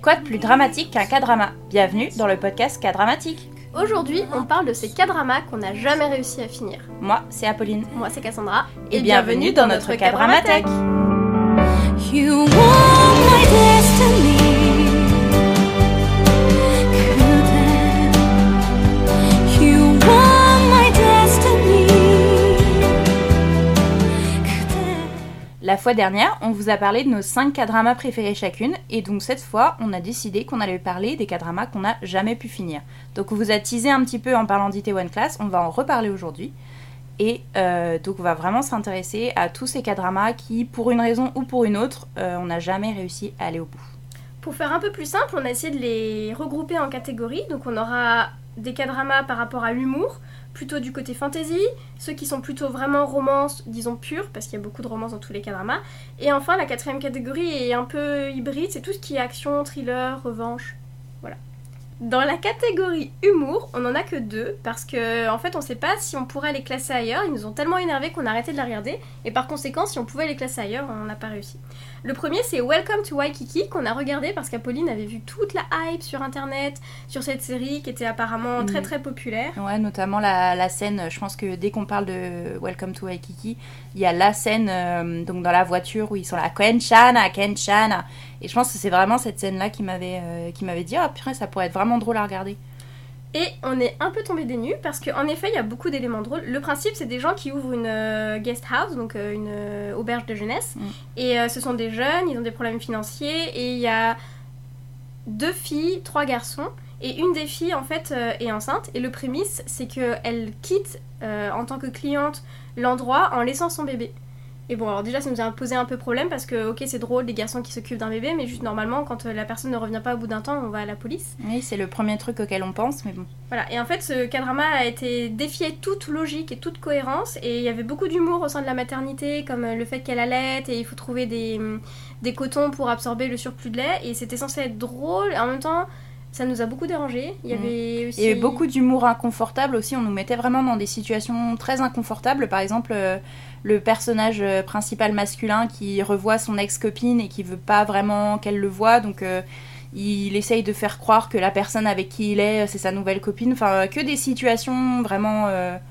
Quoi de plus dramatique qu'un K-drama ? Bienvenue dans le podcast K-dramatique. Aujourd'hui, on parle de ces K-dramas qu'on n'a jamais réussi à finir. Moi, c'est Apolline. Moi, c'est Cassandra. Et bienvenue dans notre K-dramathèque. You want my destiny. You want my destiny. La fois dernière, on vous a parlé de nos 5 K-dramas préférés chacune, et donc cette fois, on a décidé qu'on allait parler des K-dramas qu'on n'a jamais pu finir. Donc on vous a teasé un petit peu en parlant d'Itaewon Class, on va en reparler aujourd'hui. Et donc on va vraiment s'intéresser à tous ces K-dramas qui, pour une raison ou pour une autre, on n'a jamais réussi à aller au bout. Pour faire un peu plus simple, on a essayé de les regrouper en catégories. Donc on aura des K-dramas par rapport à l'humour, plutôt du côté fantasy, ceux qui sont plutôt vraiment romance, disons pure, parce qu'il y a beaucoup de romance dans tous les K-dramas. Et enfin, la quatrième catégorie est un peu hybride, c'est tout ce qui est action, thriller, revanche, voilà. Dans la catégorie humour, on en a que 2, parce que en fait on sait pas si on pourrait les classer ailleurs, ils nous ont tellement énervés qu'on a arrêté de la regarder, et par conséquent si on pouvait les classer ailleurs, on n'a pas réussi. Le premier c'est Welcome to Waikiki, qu'on a regardé parce qu'Apolline avait vu toute la hype sur internet, sur cette série qui était apparemment très très populaire. Ouais, notamment la scène, je pense que dès qu'on parle de Welcome to Waikiki, il y a la scène donc dans la voiture où ils sont là, Ken-chan, Ken-chan. Et je pense que c'est vraiment cette scène-là qui m'avait dit « Ah, purée, ça pourrait être vraiment drôle à regarder ». Et on est un peu tombé des nues parce qu'en effet, il y a beaucoup d'éléments drôles. Le principe, c'est des gens qui ouvrent une guest house, donc une auberge de jeunesse. Et ce sont des jeunes, ils ont des problèmes financiers. Et il y a 2 filles, 3 garçons. Et une des filles, en fait, est enceinte. Et le prémisse, c'est qu'elle quitte, en tant que cliente, l'endroit en laissant son bébé. Et bon, alors déjà, ça nous a posé un peu problème parce que, ok, c'est drôle, des garçons qui s'occupent d'un bébé, mais juste normalement, quand la personne ne revient pas au bout d'un temps, on va à la police. Oui, c'est le premier truc auquel on pense, mais bon. Voilà, et en fait, ce K-drama a été défié toute logique et toute cohérence, et il y avait beaucoup d'humour au sein de la maternité, comme le fait qu'elle allaite, et il faut trouver des cotons pour absorber le surplus de lait, et c'était censé être drôle, et en même temps... Ça nous a beaucoup dérangé. Il y avait aussi... Il y avait beaucoup d'humour inconfortable aussi. On nous mettait vraiment dans des situations très inconfortables. Par exemple, le personnage principal masculin qui revoit son ex-copine et qui veut pas vraiment qu'elle le voie. Donc, il essaye de faire croire que la personne avec qui il est, c'est sa nouvelle copine. Enfin, que des situations vraiment...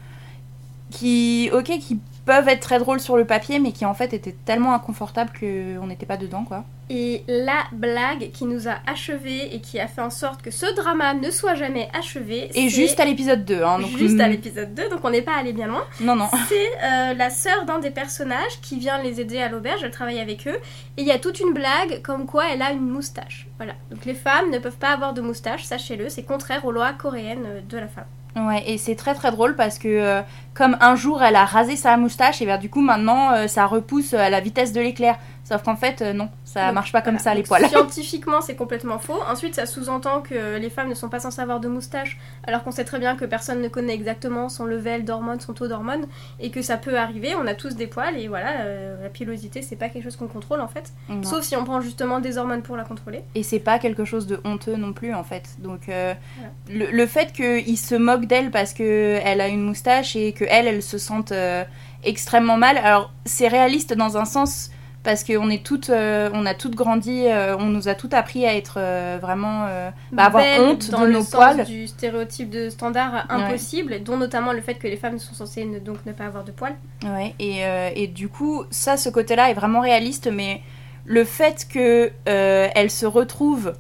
qui peuvent être très drôles sur le papier, mais qui en fait étaient tellement inconfortables qu'on n'était pas dedans, quoi. Et la blague qui nous a achevés et qui a fait en sorte que ce drama ne soit jamais achevé, et c'est... juste à l'épisode 2, hein. Donc... Juste à l'épisode 2, donc on n'est pas allé bien loin. Non. C'est la sœur d'un des personnages qui vient les aider à l'auberge, elle travaille avec eux, et il y a toute une blague comme quoi elle a une moustache. Voilà. Donc les femmes ne peuvent pas avoir de moustache, sachez-le, c'est contraire aux lois coréennes de la femme. Ouais, et c'est très très drôle parce que comme un jour elle a rasé sa moustache et bien du coup maintenant ça repousse à la vitesse de l'éclair. Sauf qu'en fait non, ça donc, marche pas comme ça les poils. Scientifiquement c'est complètement faux. Ensuite ça sous-entend que les femmes ne sont pas censées avoir de moustache alors qu'on sait très bien que personne ne connaît exactement son level d'hormones, son taux d'hormones et que ça peut arriver, on a tous des poils et voilà, la pilosité c'est pas quelque chose qu'on contrôle en fait. Non. Sauf si on prend justement des hormones pour la contrôler. Et c'est pas quelque chose de honteux non plus en fait. Donc voilà. le fait qu'ils se moquent d'elle parce qu'elle a une moustache et qu'elle se sente extrêmement mal, alors c'est réaliste dans un sens parce qu'on est on a toutes grandi, on nous a toutes appris à être vraiment avoir honte de nos poils. Dans le sens du stéréotype de standard impossible, dont notamment le fait que les femmes sont censées donc ne pas avoir de poils. Ouais, et du coup, ça, ce côté-là est vraiment réaliste, mais le fait qu'elle se retrouve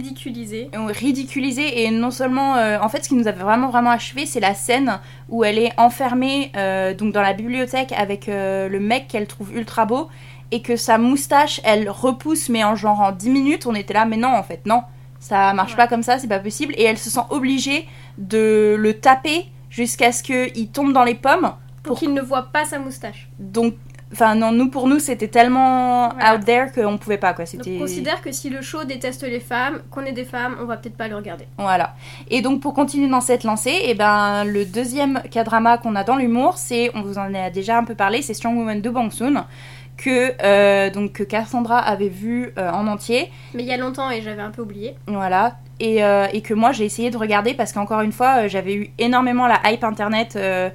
ridiculisée et non seulement en fait ce qui nous avait vraiment achevé c'est la scène où elle est enfermée donc dans la bibliothèque avec le mec qu'elle trouve ultra beau et que sa moustache elle repousse mais en 10 minutes on était là mais non en fait non ça marche pas comme ça, c'est pas possible, et elle se sent obligée de le taper jusqu'à ce qu'il tombe dans les pommes pour qu'il ne voit pas sa moustache. Donc enfin non, pour nous c'était tellement out there qu'on pouvait pas quoi. C'était... Donc on considère que si le show déteste les femmes, qu'on est des femmes, on va peut-être pas le regarder. Voilà. Et donc pour continuer dans cette lancée, le deuxième K-drama qu'on a dans l'humour, on vous en a déjà un peu parlé, c'est Strong Woman de Bong Soon, que Cassandra avait vu en entier. Mais il y a longtemps et j'avais un peu oublié. Voilà. Et que moi j'ai essayé de regarder parce qu'encore une fois j'avais eu énormément la hype internet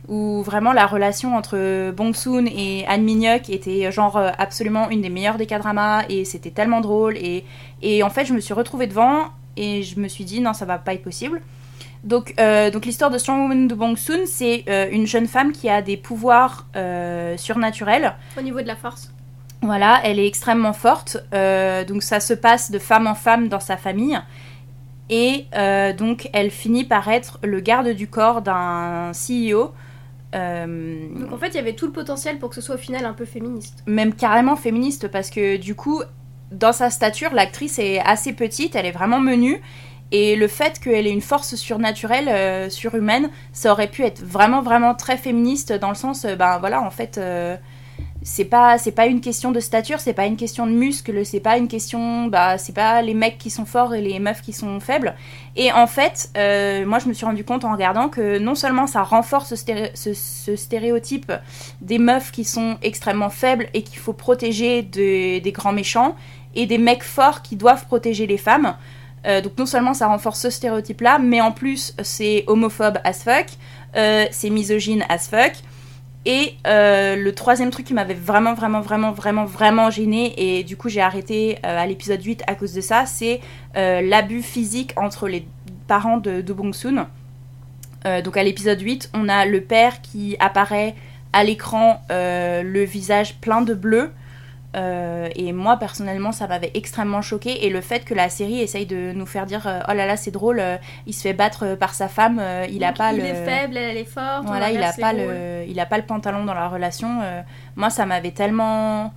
où vraiment la relation entre Bong-soon et Han Min-hyuk était genre absolument une des meilleures des K-dramas, et c'était tellement drôle, et en fait je me suis retrouvée devant et je me suis dit non, ça va pas être possible. Donc l'histoire de Strong Woman de Bong-soon, c'est une jeune femme qui a des pouvoirs surnaturels. Au niveau de la force. Voilà, elle est extrêmement forte, donc ça se passe de femme en femme dans sa famille, et donc elle finit par être le garde du corps d'un CEO. Donc en fait, il y avait tout le potentiel pour que ce soit au final un peu féministe. Même carrément féministe, parce que du coup, dans sa stature, l'actrice est assez petite, elle est vraiment menue, et le fait qu'elle ait une force surnaturelle, surhumaine, ça aurait pu être vraiment, vraiment très féministe, dans le sens, ben voilà, en fait... c'est pas une question de stature, c'est pas une question de muscle, c'est pas une question... c'est pas les mecs qui sont forts et les meufs qui sont faibles. Et en fait, moi je me suis rendu compte en regardant que non seulement ça renforce ce stéréotype des meufs qui sont extrêmement faibles et qu'il faut protéger des grands méchants, et des mecs forts qui doivent protéger les femmes. Donc non seulement ça renforce ce stéréotype-là, mais en plus c'est homophobe as fuck, c'est misogyne as fuck. Et le troisième truc qui m'avait vraiment gênée, et du coup j'ai arrêté à l'épisode 8 à cause de ça, c'est l'abus physique entre les parents de Bong-soon. Donc à l'épisode 8, on a le père qui apparaît à l'écran, le visage plein de bleu. Et moi personnellement ça m'avait extrêmement choquée, et le fait que la série essaye de nous faire dire oh là là c'est drôle, il se fait battre par sa femme, il a pas il est faible, elle est forte, voilà, il a pas le pantalon dans la relation, moi ça m'avait tellement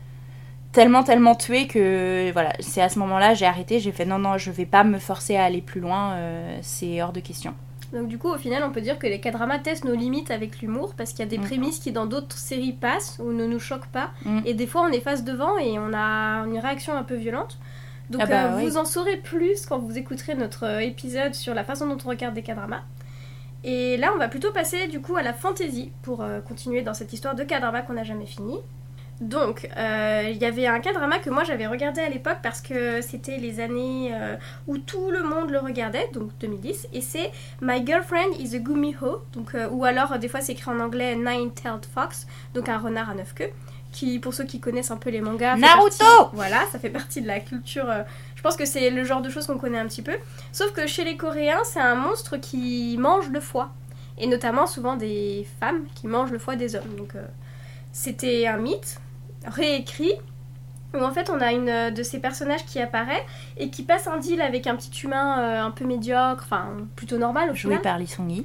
tué que voilà, c'est à ce moment-là j'ai arrêté, j'ai fait non je vais pas me forcer à aller plus loin, c'est hors de question. Donc du coup, au final, on peut dire que les K-dramas testent nos limites avec l'humour, parce qu'il y a des prémices qui dans d'autres séries passent ou ne nous choquent pas, et des fois on est face devant et on a une réaction un peu violente. Donc vous en saurez plus quand vous écouterez notre épisode sur la façon dont on regarde des K-dramas. Et là, on va plutôt passer du coup à la fantasy pour continuer dans cette histoire de K-drama qu'on n'a jamais fini. Donc, il y avait un K-drama que moi j'avais regardé à l'époque parce que c'était les années où tout le monde le regardait, donc 2010, et c'est My Girlfriend is a Gumiho, donc, ou alors des fois c'est écrit en anglais Nine-Tailed Fox, donc un renard à 9 queues, qui, pour ceux qui connaissent un peu les mangas... Naruto. Voilà, ça fait partie de la culture... je pense que c'est le genre de choses qu'on connaît un petit peu. Sauf que chez les Coréens, c'est un monstre qui mange le foie, et notamment souvent des femmes qui mangent le foie des hommes, donc c'était un mythe réécrit, où en fait on a une de ces personnages qui apparaît et qui passe un deal avec un petit humain un peu médiocre, enfin plutôt normal au final. Joué par Lee Sung-gi.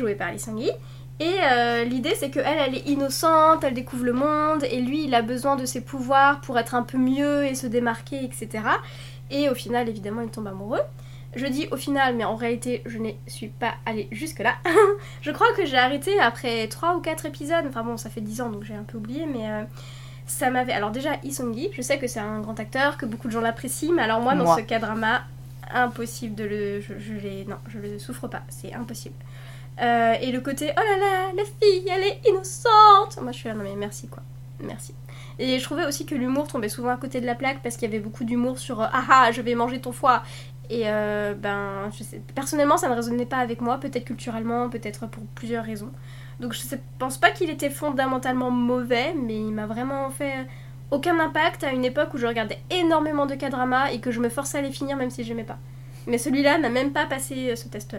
Et l'idée c'est qu'elle est innocente, elle découvre le monde, et lui il a besoin de ses pouvoirs pour être un peu mieux et se démarquer, etc. Et au final évidemment il tombe amoureux. Je dis au final, mais en réalité je ne suis pas allée jusque là. Je crois que j'ai arrêté après 3 ou 4 épisodes, enfin bon ça fait 10 ans donc j'ai un peu oublié, mais... ça m'avait... Alors déjà, Lee Sung-gi, je sais que c'est un grand acteur, que beaucoup de gens l'apprécient, mais alors moi, dans ce K-drama, impossible de le... Non, je le souffre pas, c'est impossible. Et le côté, oh là là, la fille, elle est innocente. Moi, je suis là, non mais merci quoi, merci. Et je trouvais aussi que l'humour tombait souvent à côté de la plaque, parce qu'il y avait beaucoup d'humour sur, je vais manger ton foie. Et je sais, personnellement, ça ne résonnait pas avec moi, peut-être culturellement, peut-être pour plusieurs raisons. Donc je pense pas qu'il était fondamentalement mauvais, mais il m'a vraiment fait aucun impact à une époque où je regardais énormément de K-dramas et que je me forçais à les finir même si j'aimais pas. Mais celui-là n'a même pas passé ce test-là.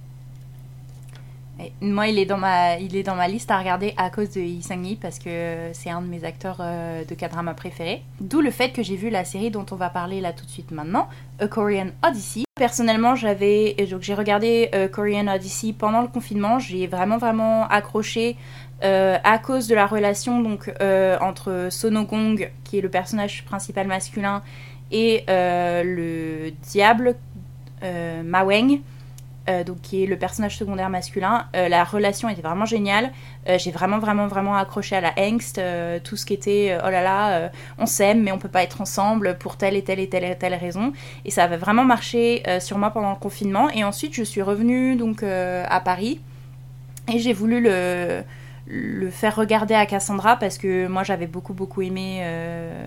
Et moi, il est dans ma liste à regarder à cause de Lee Sung-gi, parce que c'est un de mes acteurs de K-drama préférés. D'où le fait que j'ai vu la série dont on va parler là tout de suite maintenant, A Korean Odyssey. Personnellement, j'ai regardé Korean Odyssey pendant le confinement. J'ai vraiment accroché à cause de la relation donc, entre Sonogong, qui est le personnage principal masculin, et le diable Maweng, donc qui est le personnage secondaire masculin. La relation était vraiment géniale. J'ai vraiment accroché à la angst, tout ce qui était oh là là, on s'aime mais on peut pas être ensemble pour telle et telle raison. Et ça avait vraiment marché sur moi pendant le confinement. Et ensuite je suis revenue donc à Paris et j'ai voulu le faire regarder à Cassandra, parce que moi j'avais beaucoup aimé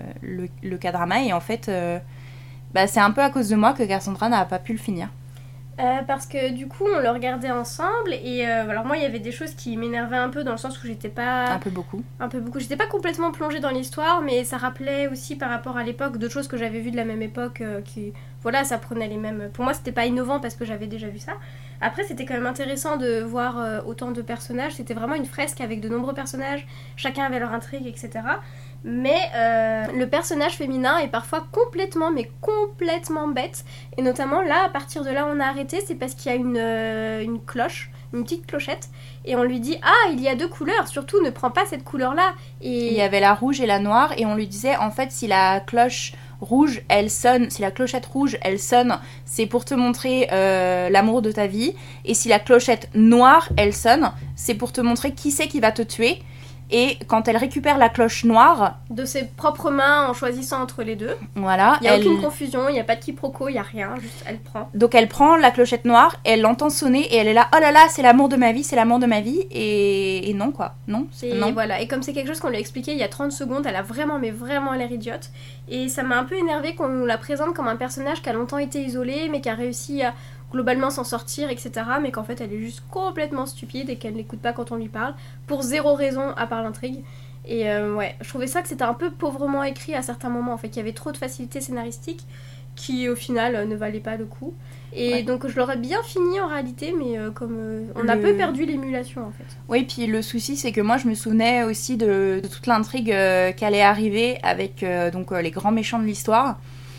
le K-drama, et en fait c'est un peu à cause de moi que Cassandra n'a pas pu le finir. Parce que du coup, on le regardait ensemble et alors moi, il y avait des choses qui m'énervaient un peu dans le sens où j'étais pas... Un peu beaucoup. J'étais pas complètement plongée dans l'histoire, mais ça rappelait aussi par rapport à l'époque d'autres choses que j'avais vues de la même époque qui... Voilà, ça prenait les mêmes... Pour moi, c'était pas innovant parce que j'avais déjà vu ça. Après, c'était quand même intéressant de voir autant de personnages. C'était vraiment une fresque avec de nombreux personnages. Chacun avait leur intrigue, etc. Mais le personnage féminin est parfois complètement bête. Et notamment là, à partir de là, on a arrêté. C'est parce qu'il y a une cloche, une petite clochette. Et on lui dit « Ah, il y a 2 couleurs, surtout ne prends pas cette couleur-là ». Et Il y avait la rouge et la noire. Et on lui disait, en fait, si la cloche rouge, elle sonne, si la clochette rouge, elle sonne, c'est pour te montrer l'amour de ta vie. Et si la clochette noire, elle sonne, c'est pour te montrer qui c'est qui va te tuer. Et quand elle récupère la cloche noire, de ses propres mains en choisissant entre les deux. voilà, Il n'y a aucune confusion, il n'y a pas de quiproquo, il n'y a rien, juste elle prend. Donc elle prend la clochette noire, elle l'entend sonner et elle est là, oh là là, c'est l'amour de ma vie, c'est l'amour de ma vie. Et non quoi, non. Et non. voilà, et comme c'est quelque chose qu'on lui a expliqué il y a 30 secondes, elle a vraiment l'air idiote. Et ça m'a un peu énervé qu'on la présente comme un personnage qui a longtemps été isolé, mais qui a réussi à globalement s'en sortir, etc. Mais qu'en fait elle est juste complètement stupide et qu'elle n'écoute pas quand on lui parle, pour 0 raison à part l'intrigue. Et ouais, je trouvais ça que c'était un peu pauvrement écrit à certains moments, en fait, qu'il y avait trop de facilité scénaristique qui au final ne valait pas le coup. Et ouais. donc je l'aurais bien fini en réalité, mais comme on a peu perdu l'émulation en fait. Oui, puis le souci c'est que moi je me souvenais aussi de toute l'intrigue qui allait arriver avec donc les grands méchants de l'histoire.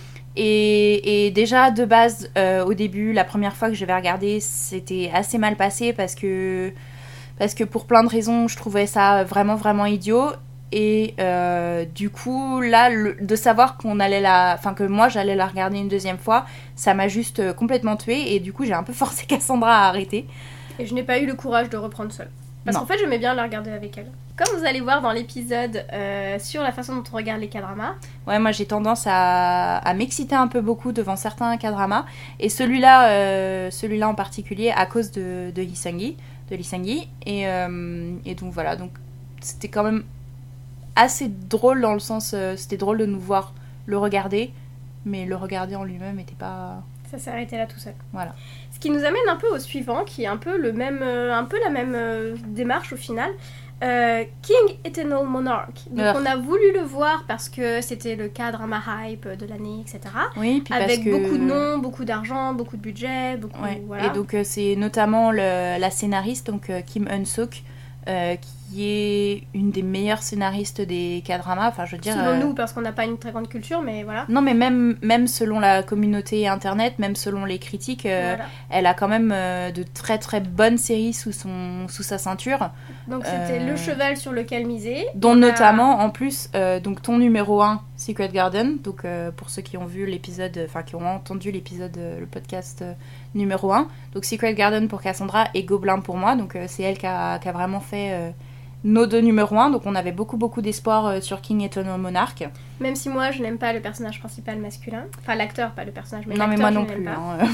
Et déjà de base au début, la première fois que j'avais regardé, c'était assez mal passé parce que pour plein de raisons je trouvais ça vraiment idiot. Et du coup là de savoir que moi j'allais la regarder une deuxième fois, ça m'a juste complètement tuée. Et du coup j'ai un peu forcé Cassandra à arrêter. Et je n'ai pas eu le courage de reprendre seule. Parce qu'en fait j'aimais bien la regarder avec elle. Comme vous allez voir dans l'épisode sur la façon dont on regarde les K-dramas. Ouais, moi j'ai tendance à m'exciter un peu beaucoup devant certains K-dramas. Et celui-là en particulier à cause de Lee Sang-gi. Et donc voilà, donc c'était quand même assez drôle dans le sens... c'était drôle de nous voir le regarder, mais le regarder en lui-même n'était pas... Ça s'est arrêté là tout seul. Voilà. Ce qui nous amène un peu au suivant, qui est un peu la même démarche au final. King Eternal Monarch. Donc on a voulu le voir parce que c'était le K-drama hype de l'année, etc. Oui, puis avec parce que... beaucoup de noms, beaucoup d'argent, beaucoup de budget, beaucoup... Ouais. Voilà. Et donc c'est notamment la scénariste, donc Kim Eun-sook, qui est une des meilleures scénaristes des K-dramas, enfin je veux dire... Selon nous, parce qu'on n'a pas une très grande culture, mais voilà. Non, mais même selon la communauté internet, même selon les critiques, voilà. Elle a quand même de très très bonnes séries sous sa ceinture. Donc c'était le cheval sur lequel miser. Dont notamment, en plus, donc ton numéro 1, Secret Garden, donc pour ceux qui ont vu l'épisode, enfin qui ont entendu l'épisode, le podcast numéro 1, donc Secret Garden pour Cassandra et Gobelin pour moi, donc c'est elle qui a vraiment fait... nos 2 numéros 1, donc on avait beaucoup d'espoir sur King Eternal Monarch. Même si moi je n'aime pas le personnage principal masculin, enfin l'acteur, pas le personnage, mais non, l'acteur mais moi non je plus. Voilà.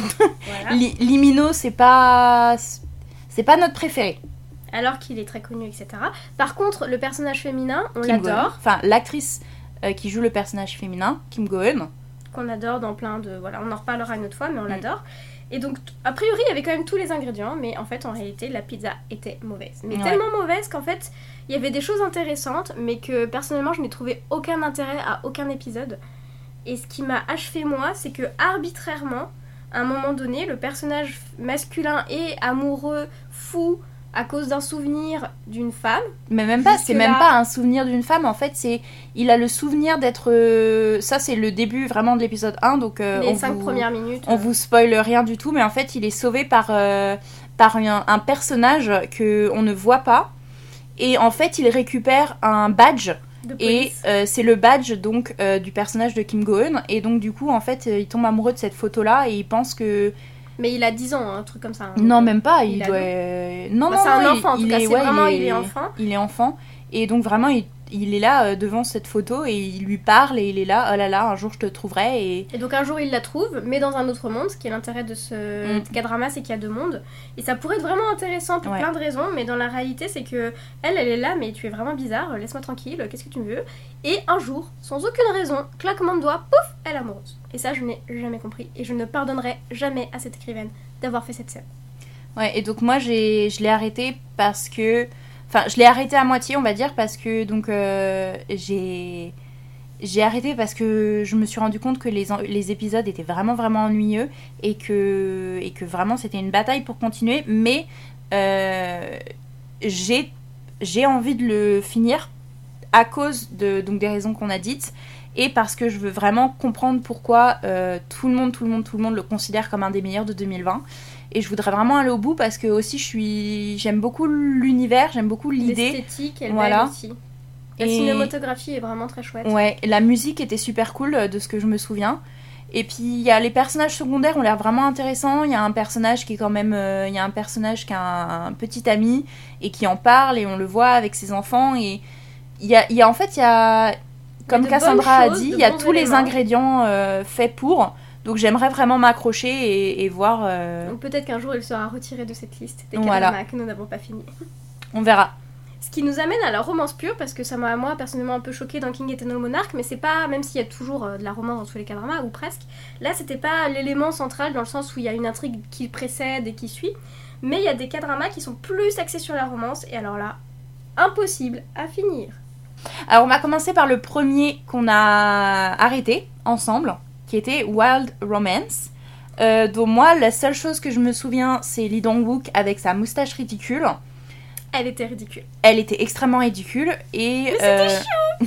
Limino, c'est pas notre préféré. Alors qu'il est très connu, etc. Par contre, le personnage féminin, on Kim l'adore. Go-eun. Enfin, l'actrice qui joue le personnage féminin, Kim Go-eun. Qu'on adore dans plein de... Voilà, on en reparlera une autre fois, mais on l'adore. Et donc, a priori, il y avait quand même tous les ingrédients, mais en fait, en réalité, la pizza était mauvaise. Mais tellement mauvaise qu'en fait, il y avait des choses intéressantes, mais que personnellement, je n'ai trouvé aucun intérêt à aucun épisode. Et ce qui m'a achevé, moi, c'est que arbitrairement, à un moment donné, le personnage masculin est amoureux, fou, à cause d'un souvenir d'une femme. Mais même pas, c'est même pas un souvenir d'une femme, en fait, il a le souvenir d'être... ça, c'est le début vraiment de l'épisode 1, donc... les 5 premières minutes. On vous spoil rien du tout, mais en fait, il est sauvé par un personnage qu'on ne voit pas, et en fait, il récupère un badge, et c'est le badge, donc, du personnage de Kim Go-eun, et donc, du coup, en fait, il tombe amoureux de cette photo-là, et il pense que... Mais il a 10 ans, un truc comme ça. Hein. Non, même pas, il doit... Non, c'est un enfant, en tout cas, il est enfant. Et donc, vraiment, il est là devant cette photo et il lui parle et il est là, oh là là, un jour je te trouverai. Et donc un jour il la trouve, mais dans un autre monde. Ce qui est l'intérêt de ce K-drama, c'est qu'il y a 2 mondes. Et ça pourrait être vraiment intéressant pour plein de raisons, mais dans la réalité, c'est que elle est là, mais tu es vraiment bizarre, laisse-moi tranquille, qu'est-ce que tu me veux? Et un jour, sans aucune raison, claquement de doigts, pouf, elle est amoureuse. Et ça, je n'ai jamais compris. Et je ne pardonnerai jamais à cette écrivaine d'avoir fait cette scène. Ouais, et donc moi je l'ai arrêté parce que... Enfin, je l'ai arrêté à moitié, on va dire, parce que donc j'ai arrêté parce que je me suis rendu compte que les épisodes étaient vraiment vraiment ennuyeux et que vraiment c'était une bataille pour continuer, mais j'ai envie de le finir à cause donc des raisons qu'on a dites et parce que je veux vraiment comprendre pourquoi tout le monde le considère comme un des meilleurs de 2020. Et je voudrais vraiment aller au bout parce que aussi j'aime beaucoup l'univers, j'aime beaucoup l'idée. L'esthétique, elle belle aussi. La cinématographie est vraiment très chouette. Ouais, la musique était super cool de ce que je me souviens. Et puis il y a les personnages secondaires ont l'air vraiment intéressants. Il y a un personnage qui est quand même, il y a un personnage qui a un petit ami et qui en parle et on le voit avec ses enfants. Et il y a en fait il y a comme Cassandra a dit, il y a tous les ingrédients faits pour. Donc j'aimerais vraiment m'accrocher et voir... Donc peut-être qu'un jour il sera retiré de cette liste des K-dramas que nous n'avons pas fini. On verra. Ce qui nous amène à la romance pure, parce que ça m'a moi personnellement un peu choquée dans King Eternal Monarch, mais c'est pas, même s'il y a toujours de la romance dans tous les K-dramas, ou presque, là c'était pas l'élément central dans le sens où il y a une intrigue qui précède et qui suit, mais il y a des K-dramas qui sont plus axés sur la romance, et alors là, impossible à finir. Alors on va commencer par le premier qu'on a arrêté ensemble, qui était Wild Romance, dont moi la seule chose que je me souviens c'est Lee Dong-wook avec sa moustache ridicule. Elle était ridicule. Elle était extrêmement ridicule et... Mais c'était chiant.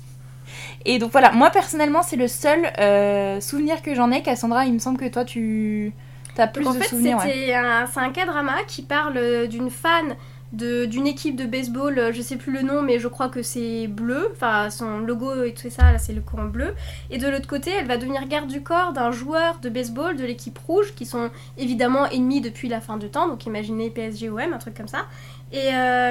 Et donc voilà, moi personnellement c'est le seul souvenir que j'en ai. Cassandra, il me semble que toi tu as plus de souvenirs. C'est un K-drama qui parle d'une fan d'une équipe de baseball, je sais plus le nom, mais je crois que c'est bleu, enfin son logo et tout ça, là c'est le courant bleu, et de l'autre côté elle va devenir garde du corps d'un joueur de baseball de l'équipe rouge, qui sont évidemment ennemis depuis la fin du temps, donc imaginez PSG-OM, un truc comme ça, et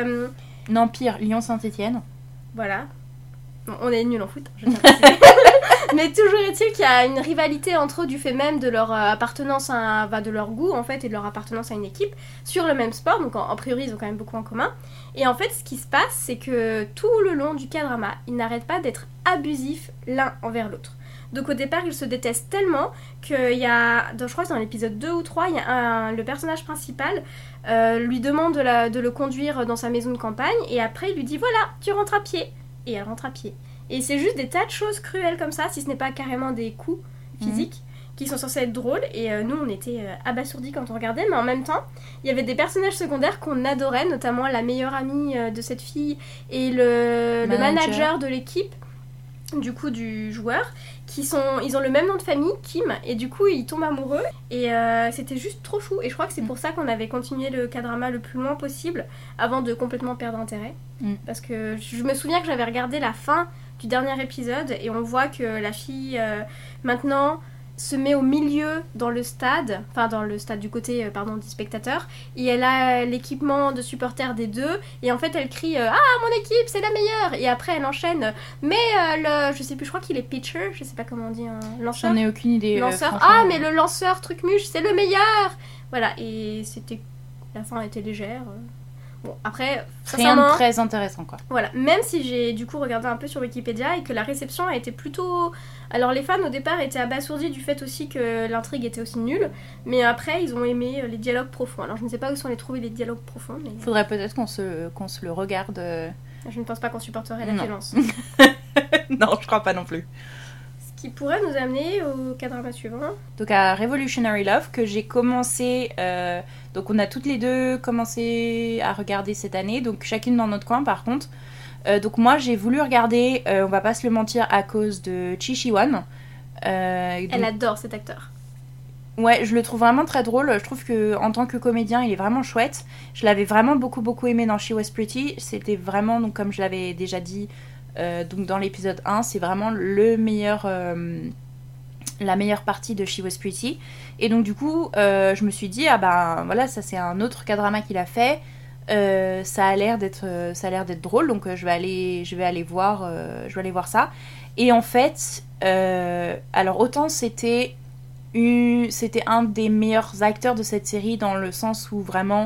non, pire, Lyon-Saint-Etienne. Voilà. Bon, on est nuls en foot, je tiens à préciser. Mais toujours est-il qu'il y a une rivalité entre eux du fait même de leur appartenance de leur goût en fait et de leur appartenance à une équipe sur le même sport, donc en priori ils ont quand même beaucoup en commun. Et en fait ce qui se passe c'est que tout le long du K-drama ils n'arrêtent pas d'être abusifs l'un envers l'autre. Donc au départ ils se détestent tellement qu'il y a, je crois que c'est dans l'épisode 2 ou 3, il y a le personnage principal lui demande de le conduire dans sa maison de campagne et après il lui dit voilà tu rentres à pied, et elle rentre à pied. Et c'est juste des tas de choses cruelles comme ça, si ce n'est pas carrément des coups physiques qui sont censés être drôles. Et nous, on était abasourdis quand on regardait, mais en même temps, il y avait des personnages secondaires qu'on adorait, notamment la meilleure amie de cette fille et le manager de l'équipe, du coup, du joueur, ils ont le même nom de famille, Kim, et du coup, ils tombent amoureux. Et c'était juste trop chou. Et je crois que c'est pour ça qu'on avait continué le K-drama le plus loin possible, avant de complètement perdre intérêt. Parce que je me souviens que j'avais regardé la fin du dernier épisode et on voit que la fille maintenant se met au milieu dans le stade du côté du spectateur, et elle a l'équipement de supporters des deux et en fait elle crie ah mon équipe c'est la meilleure, et après elle enchaîne mais je sais plus, je crois qu'il est pitcher, je sais pas comment on dit, un lanceur. J'en ai aucune idée. Lanceur, mais le lanceur truc muche c'est le meilleur, voilà, et la fin était légère. Bon, après, rien de très intéressant, quoi. Voilà, même si j'ai du coup regardé un peu sur Wikipédia et que la réception a été plutôt... Alors les fans au départ étaient abasourdis du fait aussi que l'intrigue était aussi nulle, mais après ils ont aimé les dialogues profonds. Alors je ne sais pas où sont les trouver les dialogues profonds, mais... Faudrait peut-être qu'on se le regarde... Je ne pense pas qu'on supporterait la violence. Non, je crois pas non plus. Ce qui pourrait nous amener au K-drama suivant. Donc à Revolutionary Love, que j'ai commencé... Donc on a toutes les deux commencé à regarder cette année, donc chacune dans notre coin par contre. Donc moi j'ai voulu regarder, on va pas se le mentir, à cause de Chi Shi-won. Elle adore cet acteur. Ouais, je le trouve vraiment très drôle. Je trouve que en tant que comédien, il est vraiment chouette. Je l'avais vraiment beaucoup aimé dans She Was Pretty. C'était vraiment, donc comme je l'avais déjà dit donc dans l'épisode 1, c'est vraiment le meilleur... la meilleure partie de She Was Pretty. Et donc du coup je me suis dit voilà, ça c'est un autre K-drama qu'il a fait, Ça a l'air d'être drôle, donc je vais aller voir ça. Et en fait, alors autant c'était un des meilleurs acteurs de cette série dans le sens où vraiment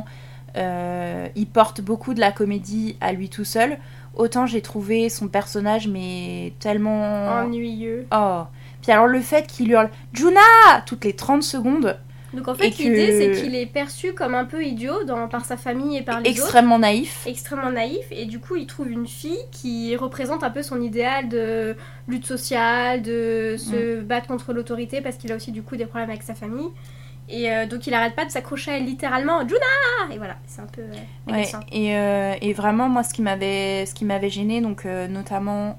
il porte beaucoup de la comédie à lui tout seul, autant j'ai trouvé son personnage mais tellement ennuyeux. Oh. Puis alors le fait qu'il hurle Juna toutes les 30 secondes. Donc en fait l'idée c'est qu'il est perçu comme un peu idiot par sa famille et par les extrêmement autres. Naïf. Extrêmement naïf, et du coup il trouve une fille qui représente un peu son idéal de lutte sociale, de se battre contre l'autorité, parce qu'il a aussi du coup des problèmes avec sa famille. Et donc il arrête pas de s'accrocher à elle littéralement, Juna. Et voilà, c'est un peu agaçant. Et vraiment moi ce qui m'avait gêné, donc notamment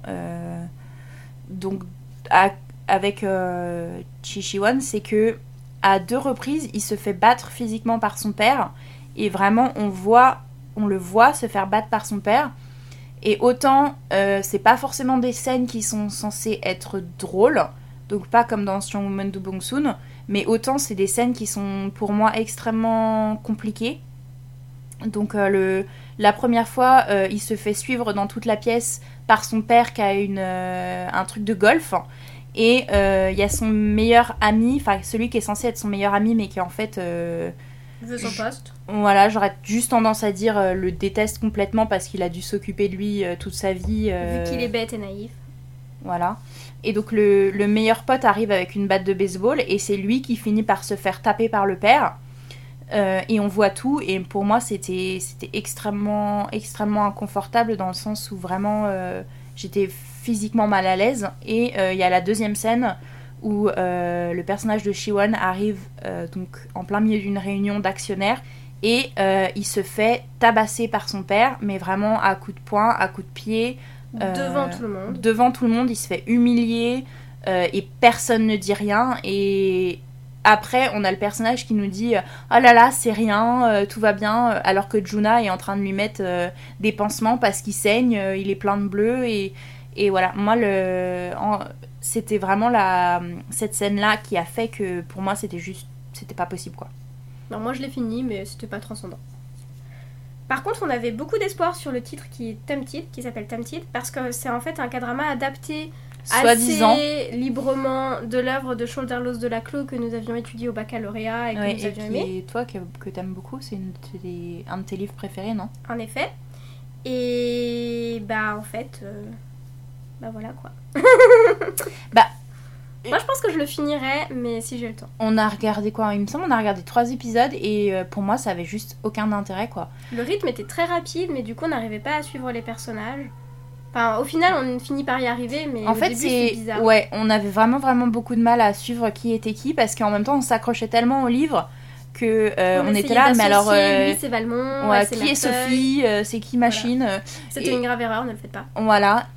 donc avec Chi-Chi-Won, c'est que à 2 reprises il se fait battre physiquement par son père, et vraiment on le voit se faire battre par son père. Et autant c'est pas forcément des scènes qui sont censées être drôles, donc pas comme dans Strong Woman Do Bong-soon, mais autant c'est des scènes qui sont pour moi extrêmement compliquées. Donc la première fois il se fait suivre dans toute la pièce par son père qui a un truc de golf, et il y a son meilleur ami, enfin celui qui est censé être son meilleur ami mais qui en fait veut son poste. Voilà, j'aurais juste tendance à dire le déteste complètement parce qu'il a dû s'occuper de lui toute sa vie. Vu qu'il est bête et naïf. Voilà. Et donc le meilleur pote arrive avec une batte de baseball, et c'est lui qui finit par se faire taper par le père. Et on voit tout, et pour moi c'était extrêmement, extrêmement inconfortable, dans le sens où vraiment j'étais physiquement mal à l'aise. Et il y a la deuxième scène où le personnage de Chi-Won arrive donc en plein milieu d'une réunion d'actionnaires, et il se fait tabasser par son père, mais vraiment à coups de poing, à coups de pied. Devant tout le monde. Devant tout le monde, il se fait humilier, et personne ne dit rien. Et après, on a le personnage qui nous dit « Oh là là, c'est rien, tout va bien », alors que Juna est en train de lui mettre des pansements parce qu'il saigne, il est plein de bleu, et voilà. Moi, c'était vraiment cette scène-là qui a fait que, pour moi, c'était pas possible, quoi. Non, moi je l'ai fini, mais c'était pas transcendant. Par contre, on avait beaucoup d'espoir sur le titre qui s'appelle Tempted, parce que c'est en fait un K-drama adapté assez librement de l'œuvre de Shoulderless de Laclos que nous avions étudié au baccalauréat et que nous avions aimé. Et toi, que t'aimes beaucoup, c'est un de tes livres préférés, non ? En effet. Et en fait, voilà quoi. Moi, je pense que je le finirai, mais si j'ai le temps. On a regardé quoi ? Il me semble qu'on a regardé 3 épisodes, et pour moi, ça avait juste aucun intérêt, quoi. Le rythme était très rapide, mais du coup, on n'arrivait pas à suivre les personnages. Enfin, au final, on finit par y arriver, mais en au fait, début, c'est bizarre. Ouais, on avait vraiment, vraiment beaucoup de mal à suivre qui était qui, parce qu'en même temps, on s'accrochait tellement au livre que on était là, mais alors... lui, c'est Valmont, ouais, qui est Sophie, c'est qui Machine. Voilà. C'était une grave erreur, ne le faites pas. Voilà,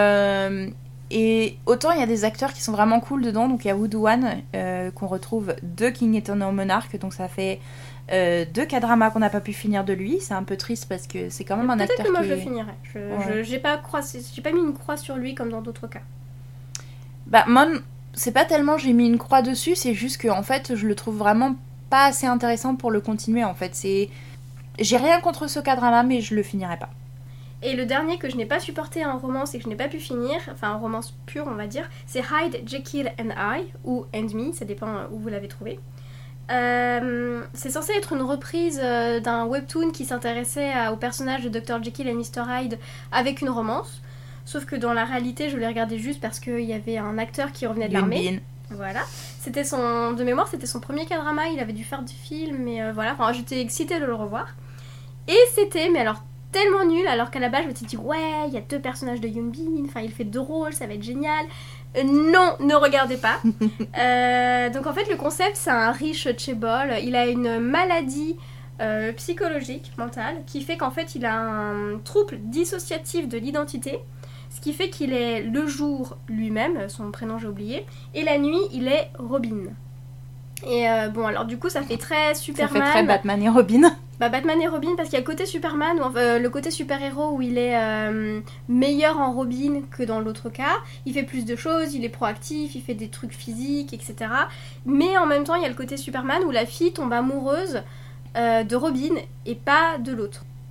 et autant il y a des acteurs qui sont vraiment cool dedans, donc il y a Woo Do-hwan qu'on retrouve de King Eternal Monarch, donc ça fait 2 K-dramas qu'on n'a pas pu finir de lui. C'est un peu triste parce que c'est quand même un acteur qui... Peut-être que moi je le finirai. J'ai pas mis une croix sur lui comme dans d'autres cas. Moi, c'est pas tellement j'ai mis une croix dessus, c'est juste que en fait je le trouve vraiment pas assez intéressant pour le continuer, en fait. J'ai rien contre ce K-drama, mais je le finirai pas. Et le dernier que je n'ai pas supporté en romance et que je n'ai pas pu finir, enfin en romance pure on va dire, c'est Hyde, Jekyll and I, ou And Me, ça dépend où vous l'avez trouvé. C'est censé être une reprise d'un webtoon qui s'intéressait au personnage de Dr. Jekyll et Mr. Hyde avec une romance. Sauf que dans la réalité, je l'ai regardé juste parce qu'il y avait un acteur qui revenait de l'armée. Voilà. De mémoire, c'était son premier K-drama, il avait dû faire du film, mais voilà. Enfin, j'étais excitée de le revoir. Et c'était, mais alors, tellement nul, alors qu'à la base, je me suis dit, ouais, il y a 2 personnages de Yoon Bin, enfin, il fait 2 rôles, ça va être génial. Non, ne regardez pas. Donc en fait, le concept, c'est un riche chaebol. Il a une maladie psychologique, mentale, qui fait qu'en fait, il a un trouble dissociatif de l'identité. Ce qui fait qu'il est le jour lui-même, son prénom j'ai oublié, et la nuit, il est Robin. Et bon, alors du coup, ça fait très Superman. Ça fait très Batman et Robin. Batman et Robin, parce qu'il y a le côté Superman, le côté super-héros où il est meilleur en Robin que dans l'autre cas. Il fait plus de choses, il est proactif, il fait des trucs physiques, etc. Mais en même temps, il y a le côté Superman où la fille tombe amoureuse de Robin et pas de l'autre.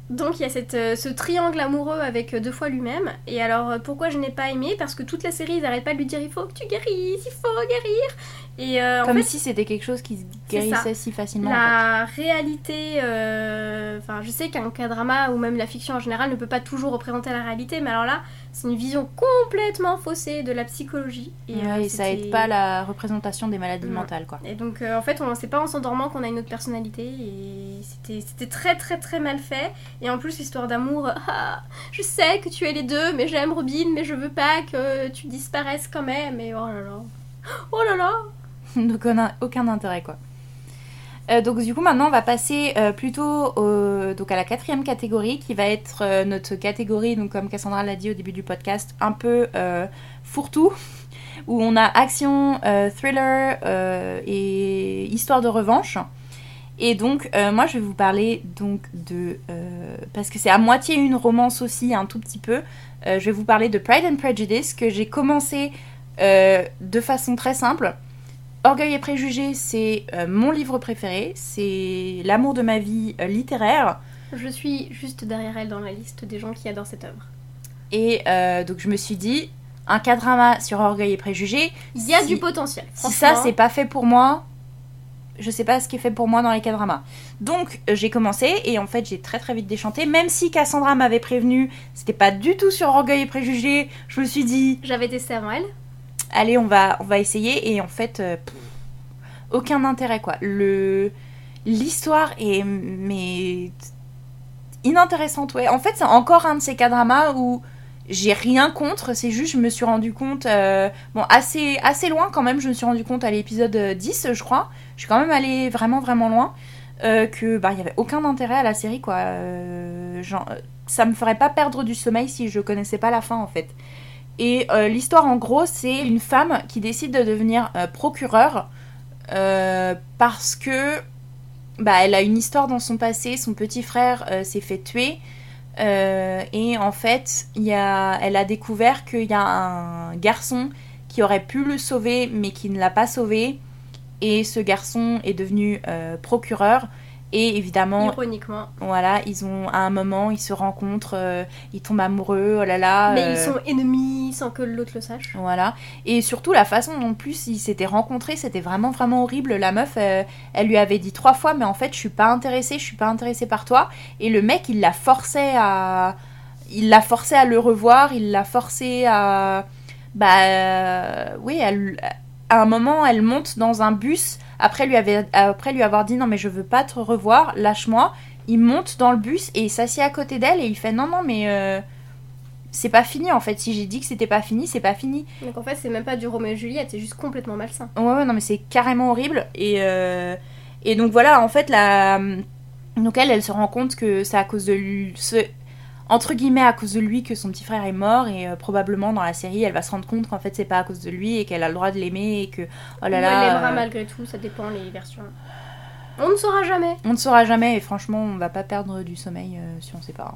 Donc il y a ce triangle amoureux avec 2 fois lui-même. Et alors pourquoi je n'ai pas aimé? Parce que toute la série ils n'arrêtent pas de lui dire il faut que tu guérisses, il faut guérir. Et Comme en fait, si c'était quelque chose qui se c'est guérissait ça. si facilement. En La réalité, enfin je sais qu'un K-drama ou même la fiction en général ne peut pas toujours représenter la réalité, mais alors là c'est une vision complètement faussée de la psychologie. fait. Ouais, et ça aide pas la représentation des maladies Non. mentales, quoi. Et donc en fait c'est pas en s'endormant qu'on a une autre personnalité et c'était très très très mal fait. Et en plus l'histoire d'amour, je sais que tu es les deux, mais j'aime Robin, mais je veux pas que tu disparaisses quand même. Et oh là là. Donc on a aucun intérêt, quoi. Donc du coup maintenant on va passer plutôt donc à la 4e catégorie qui va être notre catégorie, donc comme Cassandra l'a dit au début du podcast, un peu fourre-tout, où on a action, thriller et histoire de revanche. Et donc moi je vais vous parler donc de parce que c'est à moitié une romance aussi, un tout petit peu, je vais vous parler de Pride and Prejudice que j'ai commencé de façon très simple. Orgueil et préjugés, c'est mon livre préféré, c'est l'amour de ma vie littéraire. Je suis juste derrière elle dans la liste des gens qui adorent cette œuvre. Et donc je me suis dit, un K-drama sur Orgueil et préjugés, Il y a si- du potentiel. si ça c'est pas fait pour moi, je sais pas ce qui est fait pour moi dans les K-dramas. Donc j'ai commencé et en fait j'ai très très vite déchanté, même si Cassandra m'avait prévenu, c'était pas du tout sur Orgueil et préjugés, je me suis dit, J'avais testé avant elle. allez on va essayer et en fait aucun intérêt quoi. L'histoire est mais inintéressante, ouais. En fait c'est encore un de ces K-dramas où j'ai rien contre, c'est juste je me suis rendu compte bon assez loin quand même, je me suis rendu compte à l'épisode 10 je crois, je suis quand même allée vraiment vraiment loin, que bah il y avait aucun intérêt à la série quoi, ça me ferait pas perdre du sommeil si je connaissais pas la fin en fait. Et l'histoire en gros c'est une femme qui décide de devenir procureure parce que bah, elle a une histoire dans son passé, son petit frère s'est fait tuer et en fait elle a découvert qu'il y a un garçon qui aurait pu le sauver mais qui ne l'a pas sauvé et ce garçon est devenu procureur et évidemment Ironiquement. voilà, à un moment ils se rencontrent, ils tombent amoureux, oh là là. Mais ils sont ennemis sans que l'autre le sache. Voilà. Et surtout la façon dont plus ils s'étaient rencontrés, c'était vraiment vraiment horrible. La meuf, elle lui avait dit 3 fois, mais en fait je suis pas intéressée par toi. Et le mec, il l'a forcé à le revoir, il l'a forcé à, oui, à un moment, elle monte dans un bus. Après lui avoir dit non mais je veux pas te revoir, lâche-moi. Il monte dans le bus et il s'assied à côté d'elle et il fait non mais c'est pas fini en fait. Si j'ai dit que c'était pas fini, c'est pas fini. Donc en fait, c'est même pas du Roméo et Juliette, c'est juste complètement malsain. Ouais, non mais c'est carrément horrible et donc voilà en fait donc elle se rend compte que c'est à cause de lui, entre guillemets à cause de lui que son petit frère est mort et probablement dans la série elle va se rendre compte qu'en fait c'est pas à cause de lui et qu'elle a le droit de l'aimer et que oh là Ou là elle l'aimera malgré tout, ça dépend les versions. On ne saura jamais. on ne saura jamais et franchement on va pas perdre du sommeil si on sait pas.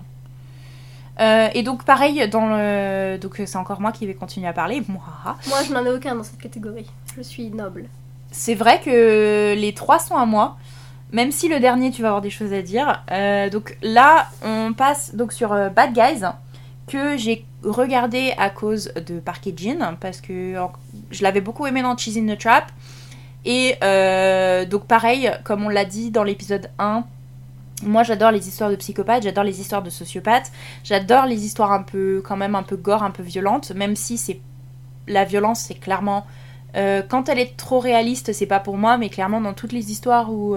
Et donc pareil donc c'est encore moi qui vais continuer à parler. Moi, je n'en ai aucun dans cette catégorie. Je suis noble. C'est vrai que les 3 sont à moi. Même si le dernier, tu vas avoir des choses à dire. Donc là, on passe donc sur Bad Guys, que j'ai regardé à cause de Park Hae-jin, parce que je l'avais beaucoup aimé dans Cheese in the Trap. Et donc pareil, comme on l'a dit dans l'épisode 1, moi j'adore les histoires de psychopathes, j'adore les histoires de sociopathes, j'adore les histoires un peu gore, un peu violentes, même si la violence c'est clairement... quand elle est trop réaliste, c'est pas pour moi, mais clairement dans toutes les histoires où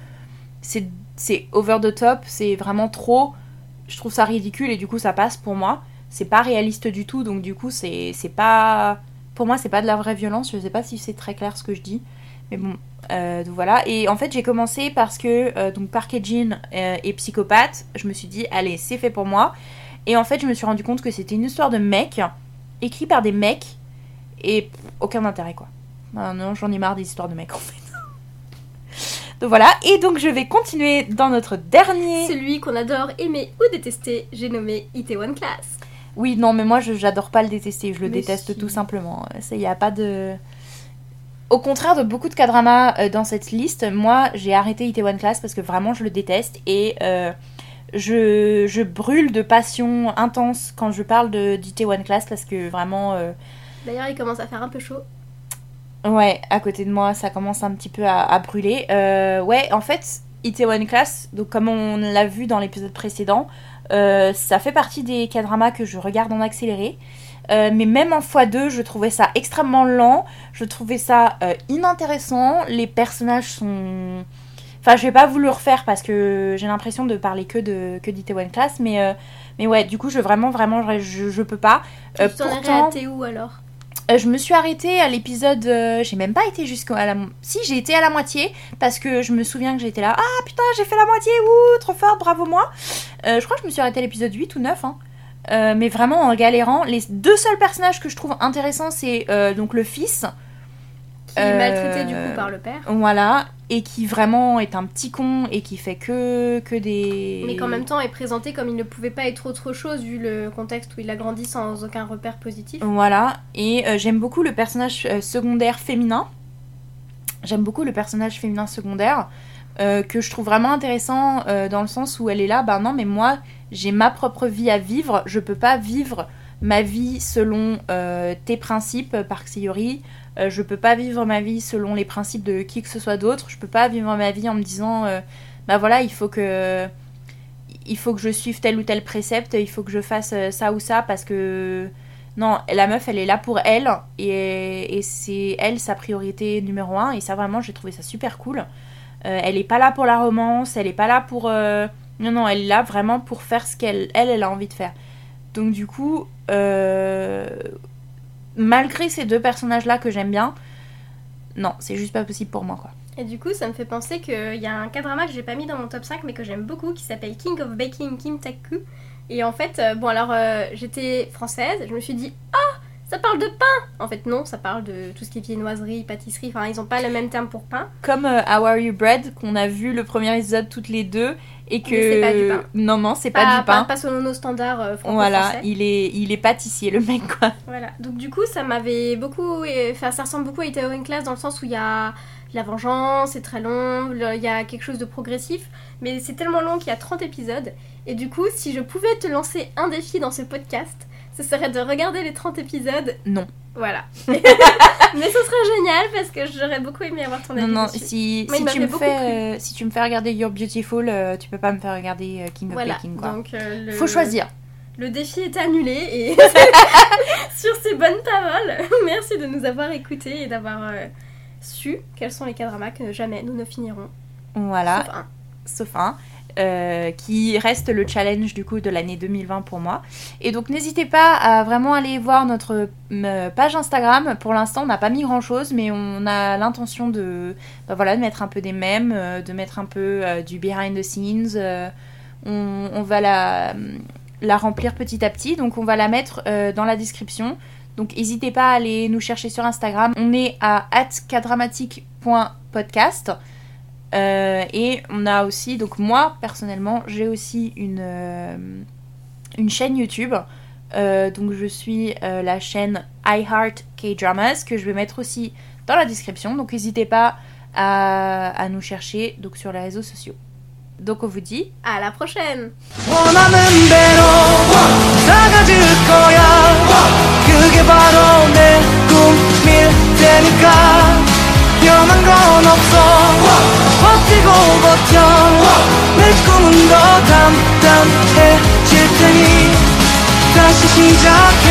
c'est over the top, c'est vraiment trop, je trouve ça ridicule et du coup ça passe pour moi. C'est pas réaliste du tout, donc du coup c'est pas, pour moi c'est pas de la vraie violence. Je sais pas si c'est très clair ce que je dis, mais bon, donc voilà. Et en fait j'ai commencé parce que donc Park Hae-jin est psychopathe. Je me suis dit allez c'est fait pour moi. Et en fait je me suis rendu compte que c'était une histoire de mecs écrit par des mecs et aucun intérêt quoi. Non, j'en ai marre des histoires de mecs en fait. Donc voilà, et donc je vais continuer dans notre dernier... Celui qu'on adore aimer ou détester, j'ai nommé Itaewon Class. Oui, non, mais moi j'adore pas le détester, je le Mais déteste si. tout simplement. Il n'y a pas de... Au contraire de beaucoup de K-dramas dans cette liste, moi j'ai arrêté Itaewon Class parce que vraiment je le déteste et je brûle de passion intense quand je parle d'Itaewon Class parce que vraiment... D'ailleurs, il commence à faire un peu chaud. Ouais, à côté de moi, ça commence un petit peu à brûler. Ouais, en fait, Itaewon Class, donc comme on l'a vu dans l'épisode précédent, ça fait partie des K-dramas que je regarde en accéléré. Mais même en x2, je trouvais ça extrêmement lent. Je trouvais ça inintéressant. Les personnages sont... Enfin, je vais pas vous le refaire parce que j'ai l'impression de parler que d'Itaewon Class. Mais ouais, du coup, je peux pas. Tu t'en es arrêtée où alors ? Je me suis arrêtée à l'épisode... j'ai même pas été jusqu'à la... Si, j'ai été à la moitié, parce que je me souviens que j'étais là. Ah putain, j'ai fait la moitié, ouh, trop fort, bravo moi. Je crois que je me suis arrêtée à l'épisode 8 ou 9, hein. Mais vraiment en galérant. Les deux seuls personnages que je trouve intéressants, c'est donc le fils. Qui est maltraité du coup par le père. Voilà, et qui vraiment est un petit con et qui fait que des... Mais qu'en même temps est présenté comme il ne pouvait pas être autre chose vu le contexte où il a grandi sans aucun repère positif. Voilà, et j'aime beaucoup le personnage secondaire féminin. J'aime beaucoup le personnage féminin secondaire que je trouve vraiment intéressant dans le sens où elle est là, bah non mais moi j'ai ma propre vie à vivre, je peux pas vivre ma vie selon tes principes Park Si-yeori. Je peux pas vivre ma vie selon les principes de qui que ce soit d'autre. Je peux pas vivre ma vie en me disant bah voilà, il faut que je suive tel ou tel précepte, il faut que je fasse ça ou ça parce que non, la meuf elle est là pour elle et c'est elle sa priorité numéro 1 et ça vraiment j'ai trouvé ça super cool. Elle est pas là pour la romance, elle est pas là pour non, elle est là vraiment pour faire ce qu'elle a envie de faire. Donc du coup malgré ces deux personnages-là que j'aime bien, non, c'est juste pas possible pour moi, quoi. Et du coup, ça me fait penser qu'il y a un K-drama que j'ai pas mis dans mon top 5, mais que j'aime beaucoup, qui s'appelle King of Baking Kim Tak-ku. Et en fait, j'étais française, je me suis dit, ah, ça parle de pain. En fait, non, ça parle de tout ce qui est viennoiserie, pâtisserie, enfin, ils ont pas le même terme pour pain. Comme How Are You Bread, qu'on a vu le premier épisode toutes les deux, et que... Mais c'est pas du pain. Non, c'est pas du pain. Pas selon nos standards franco-français. Voilà, il est pâtissier, le mec, quoi. Voilà, donc du coup, ça m'avait beaucoup... Enfin, ça ressemble beaucoup à Itaewon Class dans le sens où il y a la vengeance, c'est très long, il y a quelque chose de progressif, mais c'est tellement long qu'il y a 30 épisodes. Et du coup, si je pouvais te lancer un défi dans ce podcast, ce serait de regarder les 30 épisodes. Non. Voilà. Mais ce serait génial parce que j'aurais beaucoup aimé avoir ton avis. Non, dessus. si tu me fais regarder You're Beautiful, tu peux pas me faire regarder King of Baking, quoi. Donc, faut choisir. Le défi est annulé et sur ces bonnes paroles, merci de nous avoir écoutés et d'avoir su quels sont les K-dramas que jamais nous ne finirons. Voilà. Sauf un. Qui reste le challenge du coup de l'année 2020 pour moi. Et donc n'hésitez pas à vraiment aller voir notre page Instagram. Pour l'instant on n'a pas mis grand chose, mais on a l'intention de mettre un peu des mèmes, de mettre un peu du behind the scenes. On va la remplir petit à petit, donc on va la mettre dans la description. Donc n'hésitez pas à aller nous chercher sur Instagram. On est à @kadramatic.podcast. Et on a aussi, donc moi personnellement j'ai aussi une chaîne YouTube, donc je suis la chaîne iHeart K-Dramas que je vais mettre aussi dans la description, donc n'hésitez pas à nous chercher donc sur les réseaux sociaux. Donc on vous dit à la prochaine. 변한 건 없어 버티고 버텨 내 꿈은 더 담담해질 테니 다시 시작